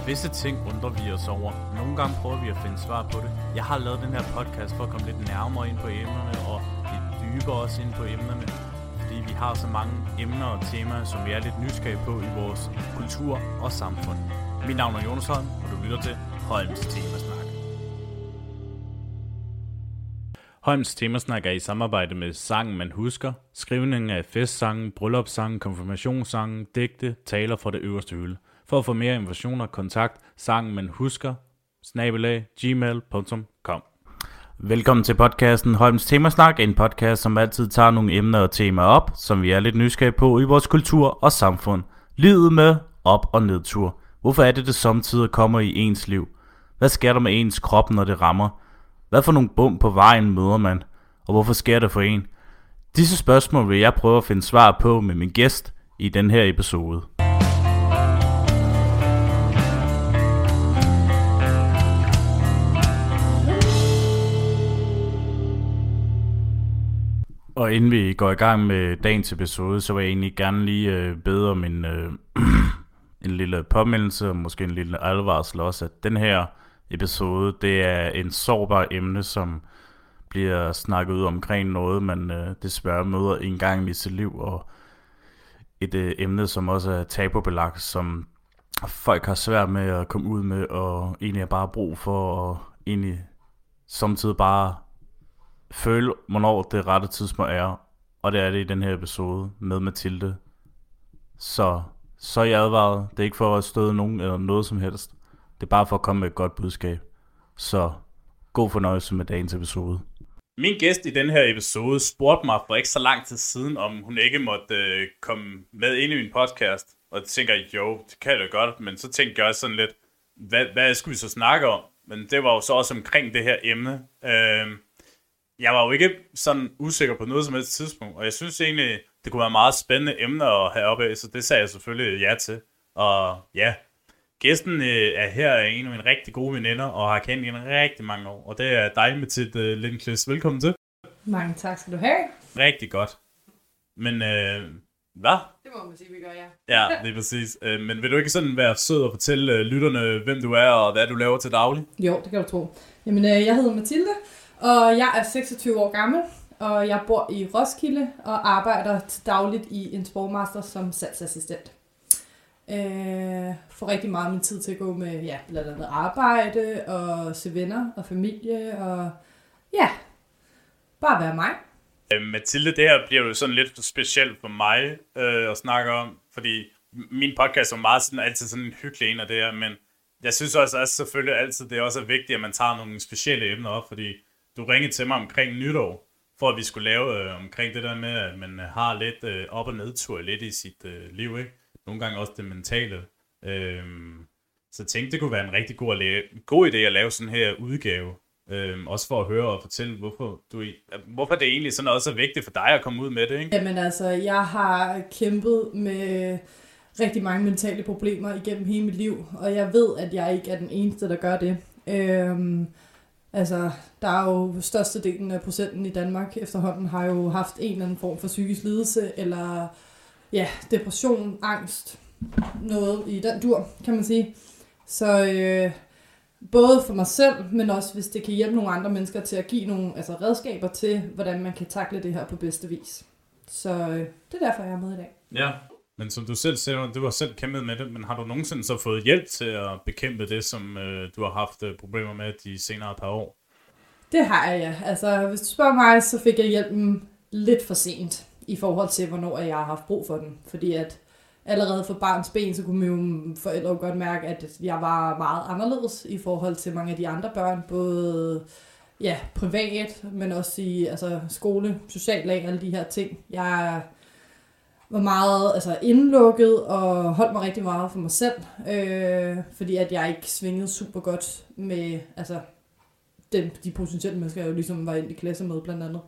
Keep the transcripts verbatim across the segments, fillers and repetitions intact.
Visse ting undrer vi os over. Nogle gange prøver vi at finde svar på det. Jeg har lavet den her podcast for at komme lidt nærmere ind på emnerne og lidt dybere også ind på emnerne. Fordi vi har så mange emner og temaer, som vi er lidt nysgerrige på i vores kultur og samfund. Mit navn er Jonas Holm, og du lytter til Holms Temasnak. Holms Temasnak er i samarbejde med Sangen Man Husker, skrivningen af festsangen, bryllupssangen, konfirmationssangen, digte, taler fra det øverste hylde. For at få mere informationer, kontakt sangen man husker, snabel-a gmail punktum com. Velkommen til podcasten Holms Temasnak, en podcast, som altid tager nogle emner og temaer op, som vi er lidt nysgerrige på i vores kultur og samfund. Livet med op- og nedtur. Hvorfor er det, det samtidig kommer i ens liv? Hvad sker der med ens krop, når det rammer? Hvad for nogle bump på vejen møder man? Og hvorfor sker det for en? Disse spørgsmål vil jeg prøve at finde svar på med min gæst i den her episode. Og inden vi går i gang med dagens episode, så vil jeg egentlig gerne lige øh, bede om en, øh, en lille påmindelse, og måske en lille advarsel også, at den her episode, det er en sårbar emne, som bliver snakket ud omkring noget, man øh, desværre møder en gang i sit liv, og et øh, emne, som også er tabubelagt, som folk har svært med at komme ud med, og egentlig er bare brug for at egentlig samtidig bare føle, hvornår det rette tidspunkt er, og det er det i den her episode med Mathilde. Så, så er jeg advaret. Det er ikke for at støde nogen eller noget som helst. Det er bare for at komme med et godt budskab. Så god fornøjelse med dagens episode. Min gæst i den her episode spurgte mig for ikke så lang tid siden, om hun ikke måtte øh, komme med ind i min podcast. Og jeg tænker, jo, det kan jeg da godt. Men så tænkte jeg også sådan lidt, hvad, hvad skulle vi så snakke om? Men det var jo så også omkring det her emne. Øh, Jeg var jo ikke sådan usikker på noget som helst tidspunkt, og jeg synes egentlig, det kunne være meget spændende emner at have oppe af, så det sagde jeg selvfølgelig ja til. Og ja, gæsten er her er en af mine rigtig gode veninder, og har kendt hende rigtig mange år, og det er dig, Mathilde Lindqvist. Velkommen til. Mange tak skal du have. Rigtig godt. Men øh, hvad? Det må man sige, vi gør, ja. Ja, det er præcis. Øh, men vil du ikke sådan være sød og fortælle øh, lytterne, hvem du er, og hvad du laver til daglig? Jo, det kan du tro. Jamen, øh, jeg hedder Mathilde. Og jeg er seksogtyve år gammel, og jeg bor i Roskilde og arbejder til dagligt i en Spormaster som salgsassistent. Øh, får rigtig meget af min tid til at gå med ja, blandt andet arbejde og se venner og familie og ja, bare være mig. Øh, Mathilde, det her bliver jo sådan lidt specielt for mig øh, at snakke om, fordi min podcast er meget sådan, altid sådan en hyggelig en af det her, men jeg synes også, at selvfølgelig altid det er også vigtigt, at man tager nogle specielle emner op, fordi du ringede til mig omkring nytår, for at vi skulle lave øh, omkring det der med, at man har lidt øh, op- og nedtur lidt i sit øh, liv, ikke? Nogle gange også det mentale. Øhm, så jeg tænkte, det kunne være en rigtig god, la- god idé at lave sådan her udgave. Øhm, også for at høre og fortælle, hvorfor, du, hvorfor det egentlig sådan også er vigtigt for dig at komme ud med det, ikke? Jamen altså, jeg har kæmpet med rigtig mange mentale problemer igennem hele mit liv, og jeg ved, at jeg ikke er den eneste, der gør det. Øhm, Altså, der er jo størstedelen af procenten i Danmark efterhånden har jo haft en eller anden form for psykisk lidelse, eller ja, depression, angst, noget i den dur, kan man sige. Så øh, både for mig selv, men også hvis det kan hjælpe nogle andre mennesker til at give nogle altså, redskaber til, hvordan man kan takle det her på bedste vis. Så øh, det er derfor, jeg er med i dag. Ja, men som du selv siger, du har selv kæmpet med det, men har du nogensinde så fået hjælp til at bekæmpe det, som øh, du har haft øh, problemer med de senere par år? Det har jeg, ja. Altså, hvis du spørger mig, så fik jeg hjælpen lidt for sent i forhold til, hvornår jeg har haft brug for den. Fordi at allerede fra barns ben, så kunne mine forældre jo godt mærke, at jeg var meget anderledes i forhold til mange af de andre børn. Både ja, privat, men også i altså, skole, socialt lag, alle de her ting. Jeg var meget altså, indlukket og holdt mig rigtig meget for mig selv. Øh, fordi at jeg ikke svingede super godt med altså, den, de potentielle mennesker, jeg jo ligesom var ind i klasse med blandt andet.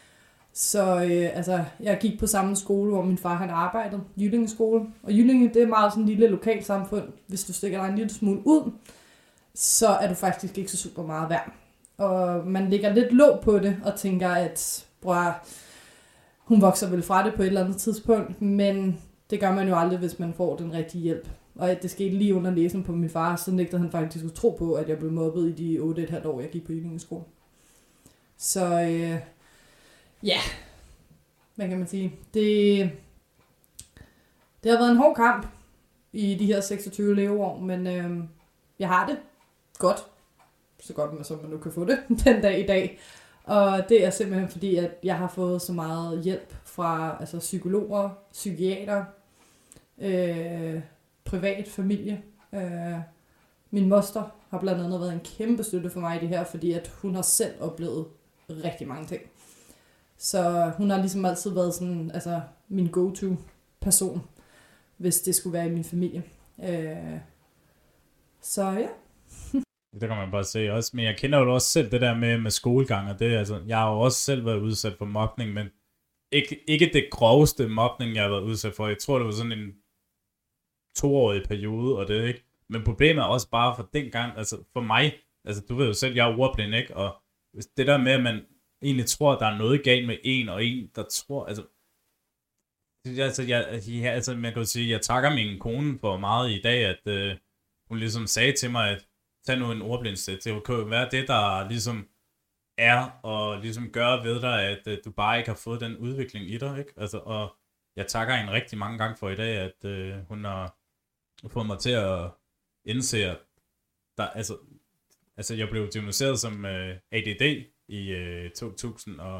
Så øh, altså, jeg gik på samme skole, hvor min far han arbejdede, Jyllinge skole. Og Jyllinge, det er meget sådan en lille lokalsamfund. Hvis du stikker dig en lille smule ud, så er du faktisk ikke så super meget værd. Og man lægger lidt låg på det, og tænker, at bror, hun vokser vel fra det på et eller andet tidspunkt, men det gør man jo aldrig, hvis man får den rigtige hjælp. og at det skete lige under næsen på min far, så nægtede han faktisk at tro på, at jeg blev mobbet i de otte komma fem år, jeg gik på Jyllinge-skole. Så øh, ja, hvad kan man sige? Det, det har været en hård kamp i de her seksogtyve leveår, men øh, jeg har det godt, så godt som man nu kan få det den dag i dag. Og det er simpelthen fordi, at jeg har fået så meget hjælp fra altså, psykologer, psykiater, øh, privat familie. Øh, min moster har blandt andet været en kæmpe støtte for mig i det her, fordi at hun har selv oplevet rigtig mange ting. Så hun har ligesom altid været sådan, altså min go-to-person, hvis det skulle være i min familie. Øh, så ja. Det kan man bare se også, men jeg kender jo også selv det der med, med skolegang, og det, altså, jeg har jo også selv været udsat for mobning, men ikke, ikke det groveste mobning, jeg har været udsat for. Jeg tror, det var sådan en toårig periode, og det ikke. Men problemet er også bare for den gang, altså for mig, altså du ved jo selv, jeg er ordblind, ikke? Og det der med, at man egentlig tror, at der er noget galt med en, og en, der tror, altså, altså, jeg, jeg, altså man kan jo sige, jeg takker min kone for meget i dag, at øh, hun ligesom sagde til mig, at tag nu en ordblindsted. Det kan jo være det, der ligesom er, og ligesom gør ved dig, at uh, du bare ikke har fået den udvikling i dig, ikke? Altså, og jeg takker hende rigtig mange gange for i dag, at uh, hun har fået mig til at indse, at der, altså, altså, jeg blev diagnosticeret som uh, A D D i uh, to tusind og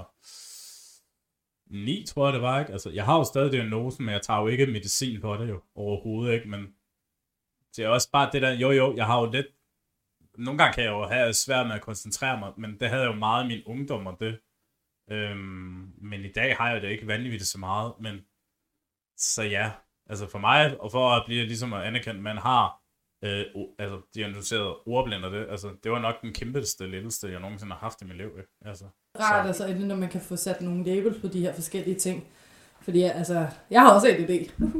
ni, tror jeg det var, ikke? Altså, jeg har jo stadig diagnosen, men jeg tager jo ikke medicin på det jo, overhovedet, ikke? Men det er også bare det der, jo jo, jeg har jo lidt. Nogle gange kan jeg jo have svært med at koncentrere mig, men det havde jeg jo meget i min ungdom og det. Øhm, men i dag har jeg det ikke vanvittigt så meget. Men så ja, altså for mig, og for at blive ligesom anerkendt, man har øh, altså diagnosticeret ordblind og det, altså det var nok den kæmpeste letteste, jeg nogensinde har haft i mit liv. Ikke? Altså, rart altså, når man kan få sat nogle labels på de her forskellige ting. Fordi altså, jeg har også A D D.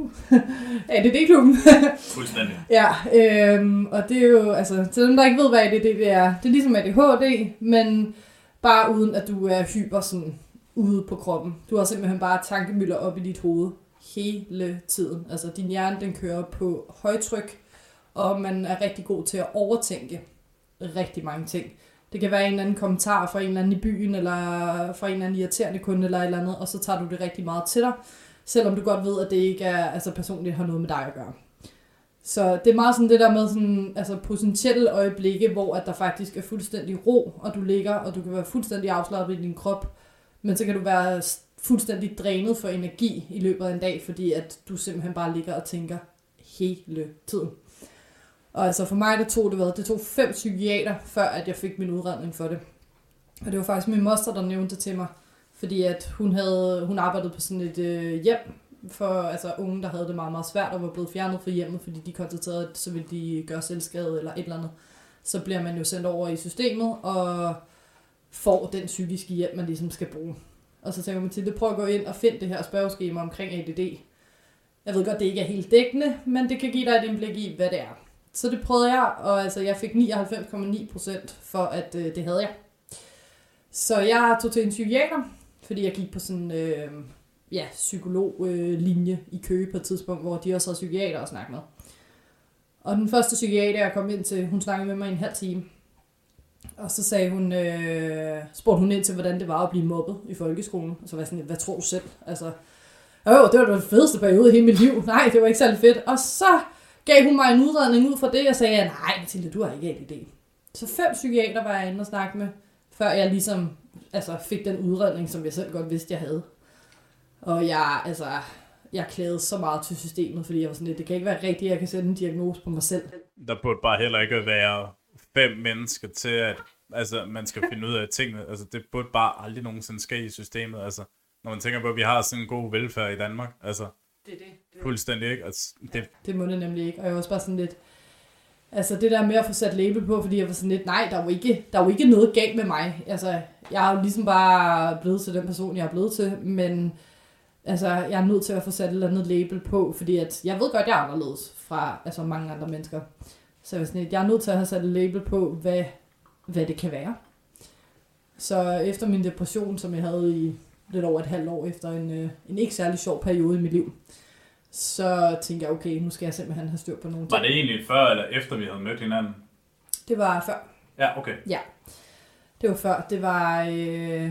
A D D-klubben. Fuldstændig. Ja, øhm, og det er jo, altså, til dem, der ikke ved, hvad A D D det er, det er ligesom A D H D, men bare uden, at du er hyper sådan ude på kroppen. Du har simpelthen bare tankemøller op i dit hoved hele tiden. Altså, din hjerne, den kører på højtryk, og man er rigtig god til at overtænke rigtig mange ting. Det kan være en eller anden kommentar fra en eller anden i byen, eller fra en eller anden irriterende kunde, eller et eller andet, og så tager du det rigtig meget til dig, selvom du godt ved, at det ikke er, altså personligt har noget med dig at gøre. Så det er meget sådan det der med sådan, altså potentielle øjeblikke, hvor at der faktisk er fuldstændig ro, og du ligger, og du kan være fuldstændig afslappet i din krop, men så kan du være fuldstændig drænet for energi i løbet af en dag, fordi at du simpelthen bare ligger og tænker hele tiden. Og altså for mig, det tog det hvad? Det tog fem psykiater, før at jeg fik min udredning for det. Og det var faktisk min moster, der nævnte det til mig, fordi at hun havde, hun arbejdede på sådan et øh, hjem for altså unge, der havde det meget, meget svært og var blevet fjernet fra hjemmet, fordi de konstaterede, at så ville de gøre selvskade eller et eller andet. Så bliver man jo sendt over i systemet og får den psykiske hjælp, man ligesom skal bruge. Og så tænker man til, prøv at gå ind og finde det her spørgeskema omkring A D D. Jeg ved godt, det ikke er helt dækkende, men det kan give dig et indblik i, hvad det er. Så det prøvede jeg, og altså jeg fik nioghalvfems komma ni procent for, at øh, det havde jeg. Så jeg tog til en psykiater, fordi jeg gik på sådan øh, ja, psykologlinje øh, i Køge på et tidspunkt, hvor de også havde psykiater at snakke med. Og den første psykiater, jeg kom ind til, hun snakkede med mig i en halv time. Og så sagde hun, øh, spurgte hun ind til, hvordan det var at blive mobbet i folkeskolen. Og så var jeg sådan, hvad tror du selv? Altså, åh, det var den fedeste periode i hele mit liv. Nej, det var ikke særlig fedt. Og så gav hun mig en udredning ud fra det, og sagde, nej, Mathilde, du har ikke A D D. Så fem psykiater var jeg inde og snakke med, før jeg ligesom altså, fik den udredning, som jeg selv godt vidste, jeg havde. Og jeg, altså, jeg klagede så meget til systemet, fordi jeg var sådan lidt, det kan ikke være rigtigt, at jeg kan sætte en diagnose på mig selv. Der burde bare heller ikke være fem mennesker til, at altså, man skal finde ud af tingene. Altså, det burde bare aldrig nogensinde ske i systemet. Altså, når man tænker på, at vi har sådan en god velfærd i Danmark. Altså, det er det. det er fuldstændig ikke. Altså, det... Ja, det må det nemlig ikke. Og jeg var også bare sådan lidt, altså det der med at få sat label på, fordi jeg var sådan lidt, nej, der er jo ikke, der er jo ikke noget galt med mig. Altså, jeg er jo ligesom bare blevet til den person, jeg er blevet til, men altså, jeg er nødt til at få sat et eller andet label på, fordi at jeg ved godt, at jeg er anderledes fra altså, mange andre mennesker. Så jeg var sådan lidt, jeg er nødt til at have sat et label på, hvad, hvad det kan være. Så efter min depression, som jeg havde i lidt over et halvt år, efter en, en ikke særlig sjov periode i mit liv, så tænkte jeg, okay, nu skal jeg simpelthen have styr på nogle ting. Var det egentlig før eller efter, vi havde mødt hinanden? Det var før. Ja, okay. Ja, det var før. Det var, øh...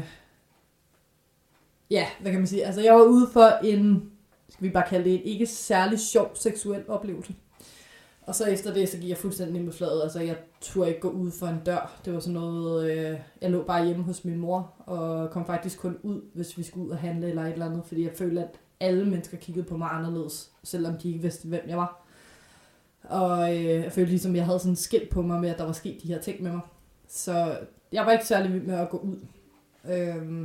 ja, hvad kan man sige? Altså, jeg var ude for en, skal vi bare kalde det, en ikke særlig sjov seksuel oplevelse. Og så efter det, så gik jeg fuldstændig med fladet. Altså, jeg turde ikke gå ud for en dør. Det var sådan noget, øh... jeg lå bare hjemme hos min mor, og kom faktisk kun ud, hvis vi skulle ud og handle eller et eller andet, fordi jeg følte, at alle mennesker kiggede på mig anderledes, selvom de ikke vidste, hvem jeg var. Og øh, jeg følte ligesom, jeg havde sådan en skilt på mig med, at der var sket de her ting med mig. Så jeg var ikke særlig vild med at gå ud. Øhm,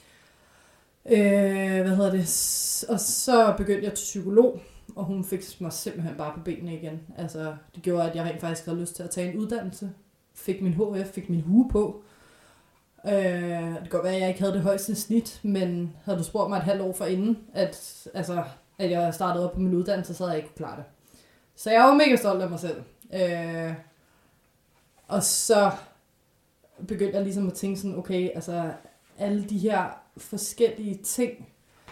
øh, hvad hedder det? Og så begyndte jeg til psykolog, og hun fik mig simpelthen bare på benene igen. Altså, det gjorde, at jeg rent faktisk havde lyst til at tage en uddannelse. Fik min H F, fik min hue på. Øh, det kan godt være, at jeg ikke havde det højeste snit, men havde du spurgt mig et halvt år forinden, at, altså, at jeg startede op på min uddannelse, så havde jeg ikke kunne klare det. Så jeg var mega stolt af mig selv. Øh, og så begyndte jeg ligesom at tænke sådan, okay, altså alle de her forskellige ting,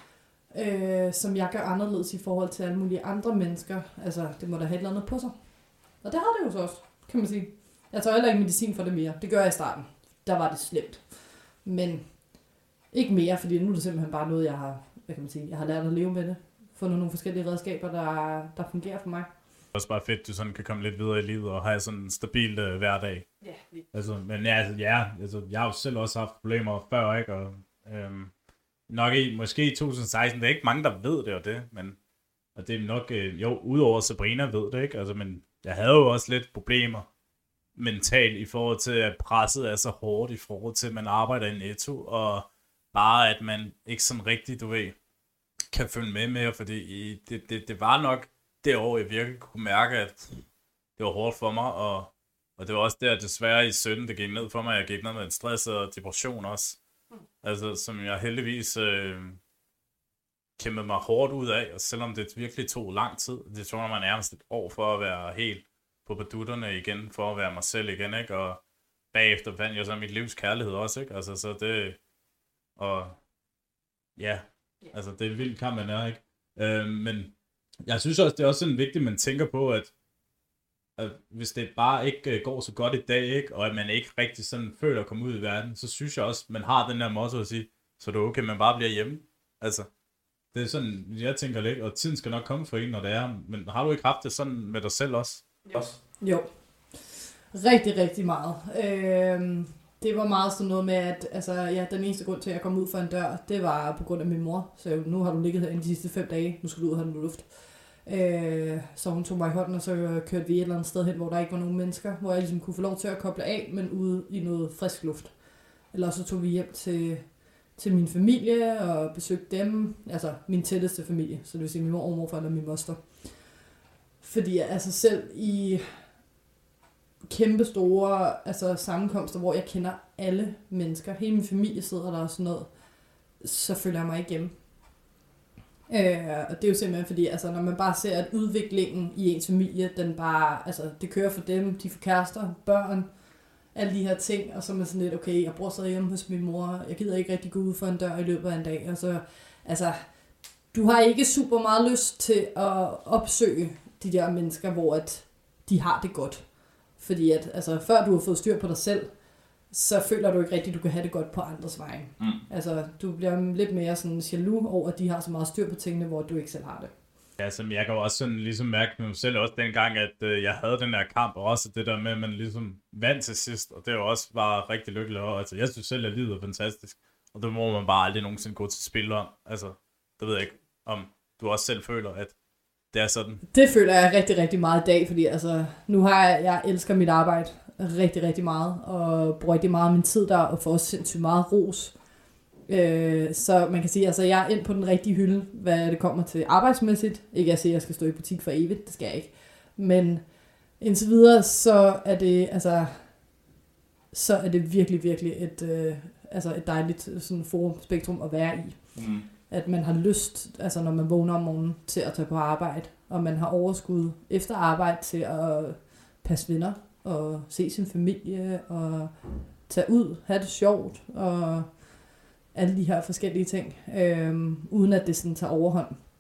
øh, som jeg gør anderledes i forhold til alle mulige andre mennesker, altså det må da have et eller andet på sig. Og det har det jo så også, kan man sige. Jeg tager heller ikke medicin for det mere. Det gør jeg i starten. Der var det slemt. Men ikke mere, fordi nu er det simpelthen bare noget, jeg har, hvad kan man sige, jeg har lært at leve med det. Fundet nogle forskellige redskaber, der, der fungerer for mig. Det er også bare fedt, at du sådan kan komme lidt videre i livet og have sådan en stabil uh, hverdag. Ja, lige. Altså, men ja, altså, ja altså, jeg har jo selv også haft problemer før, ikke? Og, øhm, nok i, måske i to tusind og seksten, det er ikke mange, der ved det og det, men og det er nok, øh, jo, udover Sabrina ved det, ikke? Altså, men jeg havde jo også lidt problemer mentalt i forhold til, at presset er så hårdt i forhold til, at man arbejder i Netto, og bare at man ikke sådan rigtig, du ved, kan følge med med, fordi det, det, det var nok det år, jeg virkelig kunne mærke, at det var hårdt for mig, og, og det var også der, desværre i sytten, det gik ned for mig, jeg gik ned med en stress og depression også, mm. altså som jeg heldigvis øh, kæmpede mig hårdt ud af, og selvom det virkelig tog lang tid, det tog mig nærmest et år for at være helt på badutterne igen, for at være mig selv igen, ikke? Og bagefter fandt jeg så mit livs kærlighed også, ikke? Altså, så det, og ja, altså, det er en vild kamp, man er, ikke? Øh, men jeg synes også, det er også sådan vigtigt, at man tænker på, at, at hvis det bare ikke går så godt i dag, ikke? Og at man ikke rigtig sådan føler at komme ud i verden, så synes jeg også, man har den der motto at sige, så det er okay, man bare bliver hjemme. Altså, det er sådan, jeg tænker lidt, og tiden skal nok komme for en, når det er, men har du ikke haft det sådan med dig selv også? Jo. Jo. Rigtig, rigtig meget. Øhm, det var meget sådan noget med, at altså, ja, den eneste grund til, at jeg kom ud for en dør, det var på grund af min mor. Så nu har du ligget herinde de sidste fem dage, nu skal du ud og have noget luft. Øh, så hun tog mig i hånden, og så kørte vi et eller andet sted hen, hvor der ikke var nogen mennesker, hvor jeg ligesom kunne få lov til at koble af, men ude i noget frisk luft. Eller så tog vi hjem til, til min familie og besøgte dem, altså min tætteste familie, så det vil sige min mor og morfar og min moster. Fordi altså selv i kæmpe store altså, sammenkomster, hvor jeg kender alle mennesker, hele min familie sidder der og sådan noget, så føler jeg mig ikke hjemme. Øh, og det er jo simpelthen fordi, altså, når man bare ser, at udviklingen i ens familie, den bare, altså, det kører for dem, de får kærester, børn, alle de her ting, og så er man sådan lidt, okay, jeg bor så hjemme hos min mor, jeg gider ikke rigtig gå ud for en dør i løbet af en dag, og så, altså, du har ikke super meget lyst til at opsøge de der mennesker, hvor at de har det godt. Fordi at, altså, før du har fået styr på dig selv, så føler du ikke rigtigt, at du kan have det godt på andres vegne. Mm. Altså, du bliver lidt mere sådan jaloux over, at de har så meget styr på tingene, hvor du ikke selv har det. Ja, som jeg kan også sådan ligesom mærke med mig selv også dengang, at øh, jeg havde den her kamp, og også det der med, at man ligesom vandt til sidst, og det var også bare rigtig lykkeligt over. Altså, jeg synes selv, at livet er fantastisk, og det må man bare aldrig nogensinde gå til spil om. Altså, det ved jeg ikke, om du også selv føler, at det er sådan. Det føler jeg rigtig, rigtig meget i dag, fordi altså, nu har jeg, jeg elsker mit arbejde rigtig, rigtig meget, og bruger rigtig meget af min tid der, og får også sindssygt meget ros. Øh, så man kan sige, altså jeg er ind på den rigtige hylde, hvad det kommer til arbejdsmæssigt. Ikke at sige, at jeg skal stå i butik for evigt, det skal jeg ikke. Men indtil videre, så er det, altså, så er det virkelig, virkelig et, øh, altså et dejligt sådan forum, spektrum at være i. Mm. At man har lyst, altså når man vågner om morgenen, til at tage på arbejde, og man har overskud efter arbejde til at passe venner, og se sin familie, og tage ud, have det sjovt, og alle de her forskellige ting, øhm, uden at det sådan tager overhånd.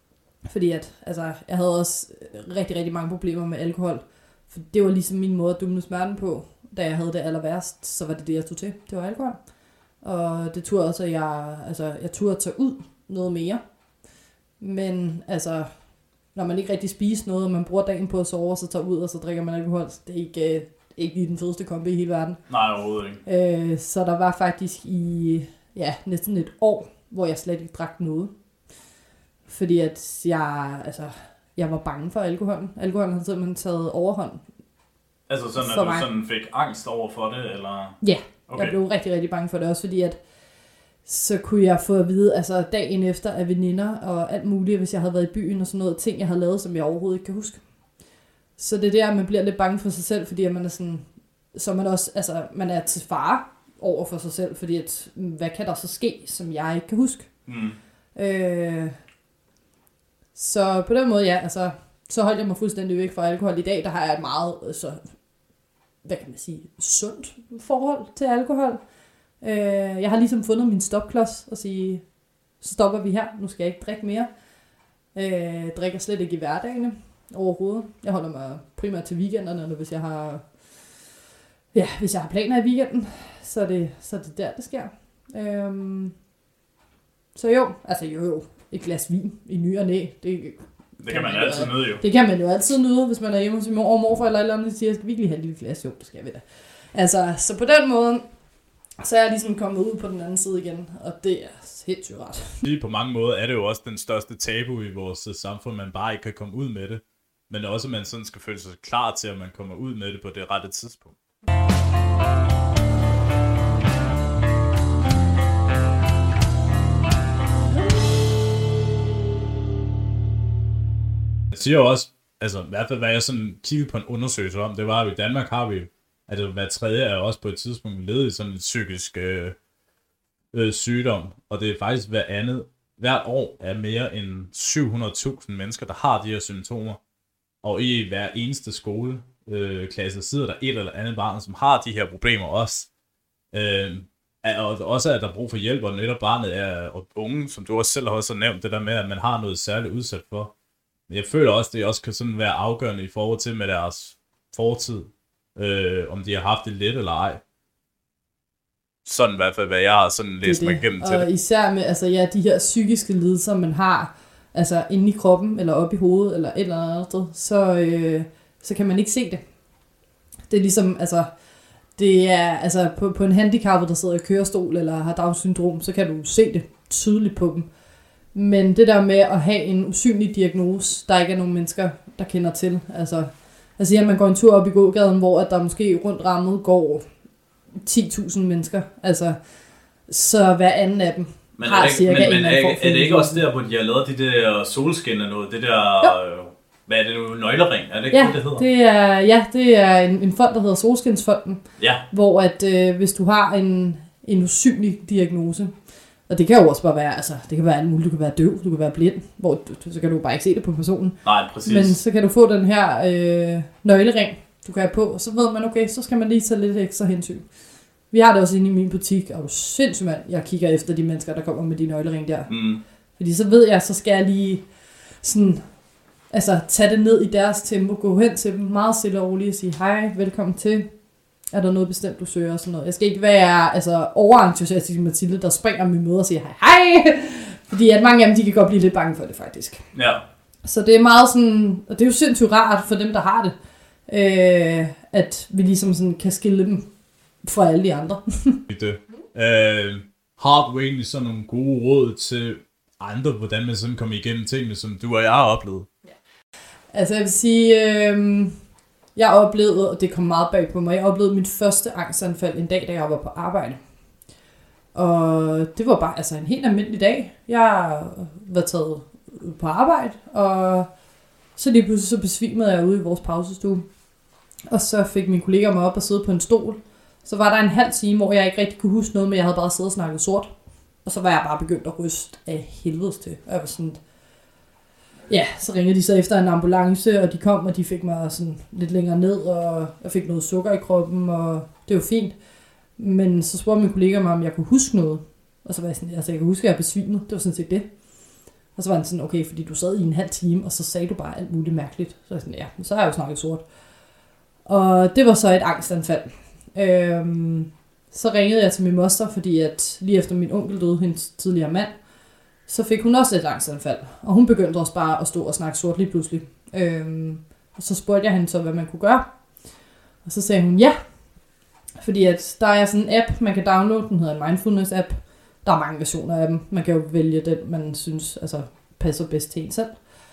Fordi at, altså, jeg havde også rigtig, rigtig mange problemer med alkohol. For det var ligesom min måde at dumle smerten på. Da jeg havde det aller værst, så var det det, jeg tog til. Det var alkohol. Og det turde også, at jeg, altså, jeg turde tage ud noget mere. Men altså, når man ikke rigtig spiser noget, og man bruger dagen på at sove, og så tager ud, og så drikker man alkohol, så det er ikke, øh, ikke lige den fedeste kombi i hele verden. Nej, overhovedet ikke. Øh, så der var faktisk i ja, næsten et år, hvor jeg slet ikke drak noget. Fordi at jeg, altså, jeg var bange for alkoholen. Alkoholen havde simpelthen taget overhånd. Altså sådan, at du mig. sådan fik angst over for det, eller? Ja, okay. Jeg blev rigtig, rigtig bange for det også, fordi at så kunne jeg få at vide, altså dagen efter af veninder og alt muligt, hvis jeg havde været i byen og sådan noget, ting jeg havde lavet, som jeg overhovedet ikke kan huske. Så det er der, man bliver lidt bange for sig selv, fordi at man er sådan, så man også, altså man er til fare over for sig selv, fordi at, hvad kan der så ske, som jeg ikke kan huske? Mm. Øh, så på den måde, ja, altså, så holdt jeg mig fuldstændig væk fra alkohol. I dag, der har jeg et meget, altså, hvad kan man sige, sundt forhold til alkohol. Øh, jeg har ligesom fundet min stopklods og sige, så stopper vi her, nu skal jeg ikke drikke mere. Øh, drikker slet ikke i hverdagene overhovedet. Jeg holder mig primært til weekenderne, hvis jeg har, ja, hvis jeg har planer i weekenden, så er det, så er det der, det sker. Øh, så jo, altså jo jo, et glas vin i ny og næ, det Det kan man altid nyde jo. Det kan man jo altid nyde, hvis man er hjemme hos sin mor og morfar eller et eller andet, de siger, jeg skal virkelig have et lille glas. Jo, det skal jeg ved da. Altså, så på den måde, så er jeg ligesom kommet ud på den anden side igen, og det er sindssygt rart. På mange måder er det jo også den største tabu i vores samfund, man bare ikke kan komme ud med det. Men også, at man sådan skal føle sig klar til, at man kommer ud med det på det rette tidspunkt. Jeg siger jo også, altså i hvert fald hvad jeg sådan kiggede på en undersøgelse om, det var jo i Danmark har vi jo, at altså, hver tredje er også på et tidspunkt ledet i sådan en psykisk øh, øh, sygdom, og det er faktisk hver andet, hvert år er mere end syv hundrede tusind mennesker, der har de her symptomer, og i hver eneste skoleklasse øh, sidder der et eller andet barn, som har de her problemer også. Øh, og også at der er brug for hjælp, og netop barnet er og unge, som du også selv har også nævnt, det der med, at man har noget særligt udsat for. Men jeg føler også, at det også kan sådan være afgørende i forhold til med deres fortid, øh, om de har haft det let eller ej. Sådan i hvert fald, hvad jeg har sådan læst mig igennem til det. Og især med altså, ja, de her psykiske lidelser, man har altså inde i kroppen, eller op i hovedet, eller et eller andet sted, så, øh, så kan man ikke se det. Det er ligesom, altså, det er, altså på, på en handicappet, der sidder i kørestol, eller har Down-syndrom, så kan du se det tydeligt på dem. Men det der med at have en usynlig diagnose, der ikke er nogen mennesker, der kender til. Altså, jeg siger, at man går en tur op i gågaden, hvor at der måske rundt rammet går ti tusind mennesker. Altså, så hver anden af dem men har ikke, cirka men, en men eller anden er, er det ikke også der, hvor de har lavet de der solskin og noget? Det der, jo. Hvad er det nu? Nøglering? Er det ikke ja, det, det hedder? Det er, ja, det er en, en fond, der hedder Solskinsfonden. Ja. Hvor at øh, hvis du har en, en usynlig diagnose, og det kan jo også bare være, altså, det kan være alt muligt. Du kan være døv, du kan være blind, hvor du, så kan du bare ikke se det på personen. Nej, præcis. Men så kan du få den her øh, nøglering, du kan have på, og så ved man, okay, så skal man lige tage lidt ekstra hensyn. Vi har det også inde i min butik, og du sindssygt mand, jeg kigger efter de mennesker, der kommer med de nøglering der. Mm. Fordi så ved jeg, så skal jeg lige sådan, altså, tage det ned i deres tempo, gå hen til dem meget stille og roligt og sige, hej, velkommen til. Er der noget bestemt, du søger og sådan noget? Jeg skal ikke være altså, overentusiastisk Mathilde, der springer med møde og siger hej, hej. Fordi at mange af dem, de kan godt blive lidt bange for det, faktisk. Ja. Så det er meget sådan, og det er jo sindssygt rart for dem, der har det, øh, at vi ligesom sådan kan skille dem fra alle de andre. det. Øh, har du egentlig sådan nogle gode råd til andre, hvordan man sådan kommer igennem tingene, som du og jeg har oplevet? Ja. Altså jeg vil sige, øh, jeg oplevede, og det kom meget bag på mig, jeg oplevede mit første angstanfald en dag, da jeg var på arbejde. Og det var bare altså en helt almindelig dag. Jeg var taget på arbejde, og så lige pludselig så besvimede jeg ude i vores pausestue. Og så fik min kollega mig op og sidde på en stol. Så var der en halv time, hvor jeg ikke rigtig kunne huske noget, men jeg havde bare siddet og snakket sort. Og så var jeg bare begyndt at ryste af helvedes til. Og jeg var sådan, ja, så ringede de så efter en ambulance, og de kom, og de fik mig sådan lidt længere ned, og jeg fik noget sukker i kroppen, og det var fint. Men så spurgte min kollega mig, om jeg kunne huske noget. Og så var jeg sådan, altså jeg kan huske, at jeg besvimede. Det var sådan set det. Og så var han sådan, okay, fordi du sad i en halv time, og så sagde du bare alt muligt mærkeligt. Så jeg sådan, ja, så har jeg jo snakket sort. Og det var så et angstanfald. Øhm, så ringede jeg til min moster, fordi at lige efter min onkel døde, hendes tidligere mand, så fik hun også et angstanfald. Og hun begyndte også bare at stå og snakke sort lige pludselig. Øhm, og så spurgte jeg hende så, hvad man kunne gøre. Og så sagde hun ja. Fordi at der er sådan en app, man kan downloade, den hedder en mindfulness app. Der er mange versioner af dem. Man kan jo vælge den, man synes altså, passer bedst til en selv.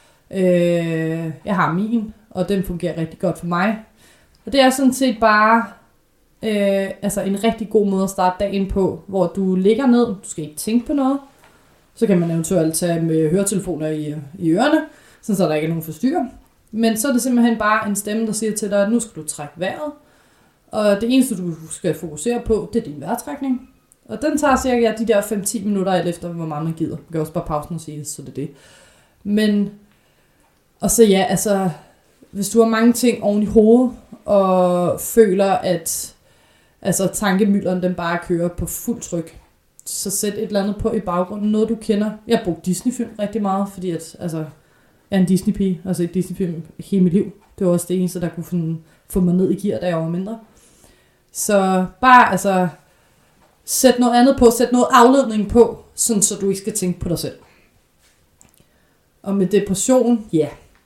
Øh, jeg har min, og den fungerer rigtig godt for mig. Og det er sådan set bare øh, altså en rigtig god måde at starte dagen på, hvor du ligger ned, du skal ikke tænke på noget. Så kan man eventuelt tage med høretelefoner i, i ørerne, så der ikke er nogen forstyrrer. Men så er det simpelthen bare en stemme, der siger til dig, at nu skal du trække vejret. Og det eneste, du skal fokusere på, det er din vejrtrækning. Og den tager cirka de der fem til ti minutter alt efter, hvor meget man gider. Man kan også bare pausen og sige, så det er det. Men, og så ja, altså, hvis du har mange ting oven i hovedet, og føler, at altså, tankemylderen den bare kører på fuld tryk, så sæt et eller andet på i baggrunden, noget du kender. Jeg har brugt Disney-film rigtig meget, fordi at, altså, jeg er en Disney-pige, altså et Disney-film hele mit liv. Det var også det eneste, der kunne få mig ned i gear, da jeg var mindre. Så bare, altså, sæt noget andet på, sæt noget afledning på, sådan så du ikke skal tænke på dig selv. Og med depression, ja.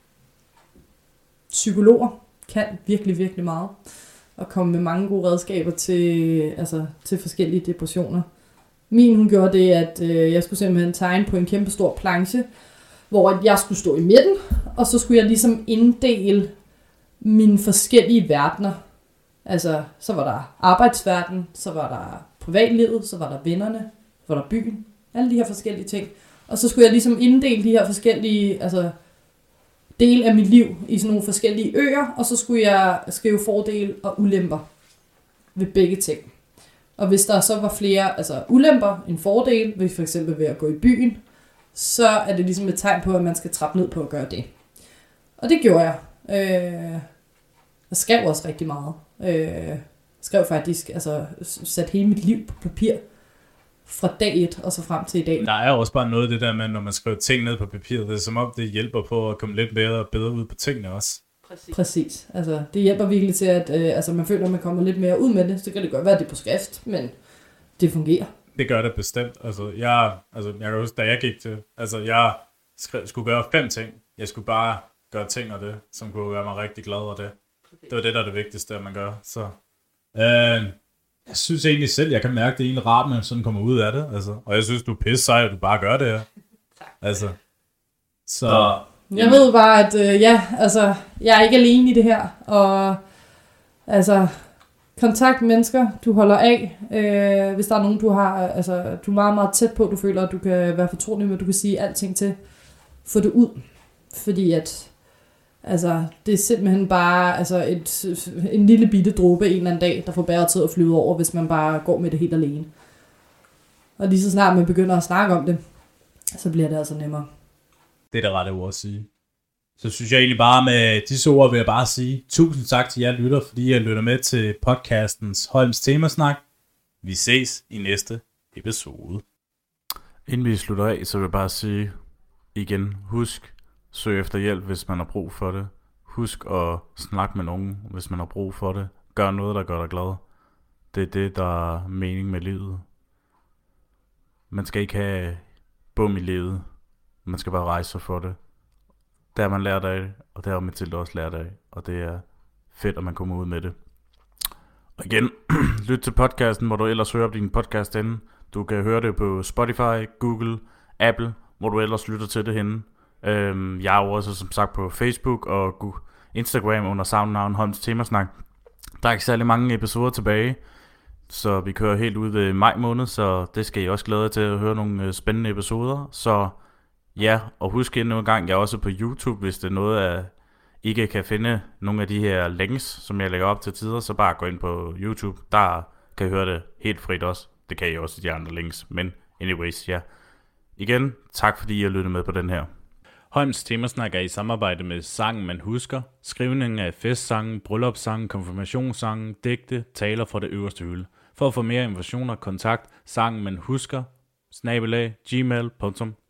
Psykologer kan virkelig, virkelig meget. Og komme med mange gode redskaber til, altså, til forskellige depressioner. Min, hun gjorde det, at øh, jeg skulle simpelthen tegne på en kæmpe stor planche, hvor jeg skulle stå i midten, og så skulle jeg ligesom inddele mine forskellige verdener. Altså, så var der arbejdsverden, så var der privatlivet, så var der vennerne, så var der byen, alle de her forskellige ting. Og så skulle jeg ligesom inddele de her forskellige, altså, dele af mit liv i sådan nogle forskellige øer, og så skulle jeg skrive fordele og ulemper ved begge ting. Og hvis der så var flere altså ulemper end fordele, ved for eksempel ved at gå i byen, så er det ligesom et tegn på, at man skal trappe ned på at gøre det. Og det gjorde jeg. Øh, jeg skrev også rigtig meget. Øh, skrev faktisk, altså sat hele mit liv på papir fra dag et og så frem til i dag. Der er også bare noget af det der med, når man skriver ting ned på papiret, det er som om det hjælper på at komme lidt bedre og bedre ud på tingene også. Præcis. Præcis. Altså, det hjælper virkelig til, at øh, altså, man føler, at man kommer lidt mere ud med det. Så kan det godt være, at det er på skrift, men det fungerer. Det gør det bestemt. Altså, jeg, altså, jeg kan huske, da jeg gik til, altså, jeg skrev, skulle gøre fem ting. Jeg skulle bare gøre ting og det, som kunne gøre mig rigtig glad og det. Det var det, der er det vigtigste, at man gør. Så, øh, jeg synes egentlig selv, jeg kan mærke, at det er egentlig rart, at man sådan kommer ud af det. Altså. Og jeg synes, du er pisse sej, at du bare gør det her. Tak. Altså, så... Jeg ved bare, at øh, ja, altså, jeg er ikke alene i det her, og altså, kontakt mennesker, du holder af, øh, hvis der er nogen, du har, altså, du er meget, meget tæt på, du føler, at du kan være fortrolig med, du kan sige alting til, få det ud, fordi at, altså, det er simpelthen bare, altså, et, en lille bitte dråbe en eller anden dag, der får bæret til at flyve over, hvis man bare går med det helt alene. Og lige så snart man begynder at snakke om det, så bliver det altså nemmere. Det er det rette ord at sige. Så synes jeg egentlig bare med disse ord vil jeg bare sige tusind tak til jer lytter, fordi jeg lytter med til podcastens Holms Temasnak. Vi ses i næste episode. Inden vi slutter af, så vil jeg bare sige igen, husk, søg efter hjælp, hvis man har brug for det. Husk at snakke med nogen, hvis man har brug for det. Gør noget, der gør dig glad. Det er det, der er mening med livet. Man skal ikke have bum i livet. Man skal bare rejse sig for det. Det har man lært af, og det har Mathilde også lært af. Og det er fedt, at man kommer ud med det. Og igen, lyt til podcasten, hvor du ellers hører din podcast henne. Du kan høre det på Spotify, Google, Apple, hvor du ellers lytter til det henne. Øhm, jeg er jo også som sagt på Facebook og Instagram under savnnavn Holms Temasnak. Der er ikke særlig mange episoder tilbage, så vi kører helt ud ved maj måned, så det skal I også glæde jer til at høre nogle spændende episoder. Så ja, og husk endnu en gang, jeg er også på YouTube, hvis det er noget, at I ikke kan finde nogle af de her links, som jeg lægger op til tider, så bare gå ind på YouTube. Der kan I høre det helt frit også. Det kan I også i de andre links, men anyways, ja. Igen, tak fordi I har lyttet med på den her. Holms Temasnak er i samarbejde med Sangen Man Husker, skrivningen af festsange, bryllupssange, konfirmationssange, digte, taler fra det øverste hylde. For at få mere informationer, kontakt sangen man husker, snabelag, gmail punktum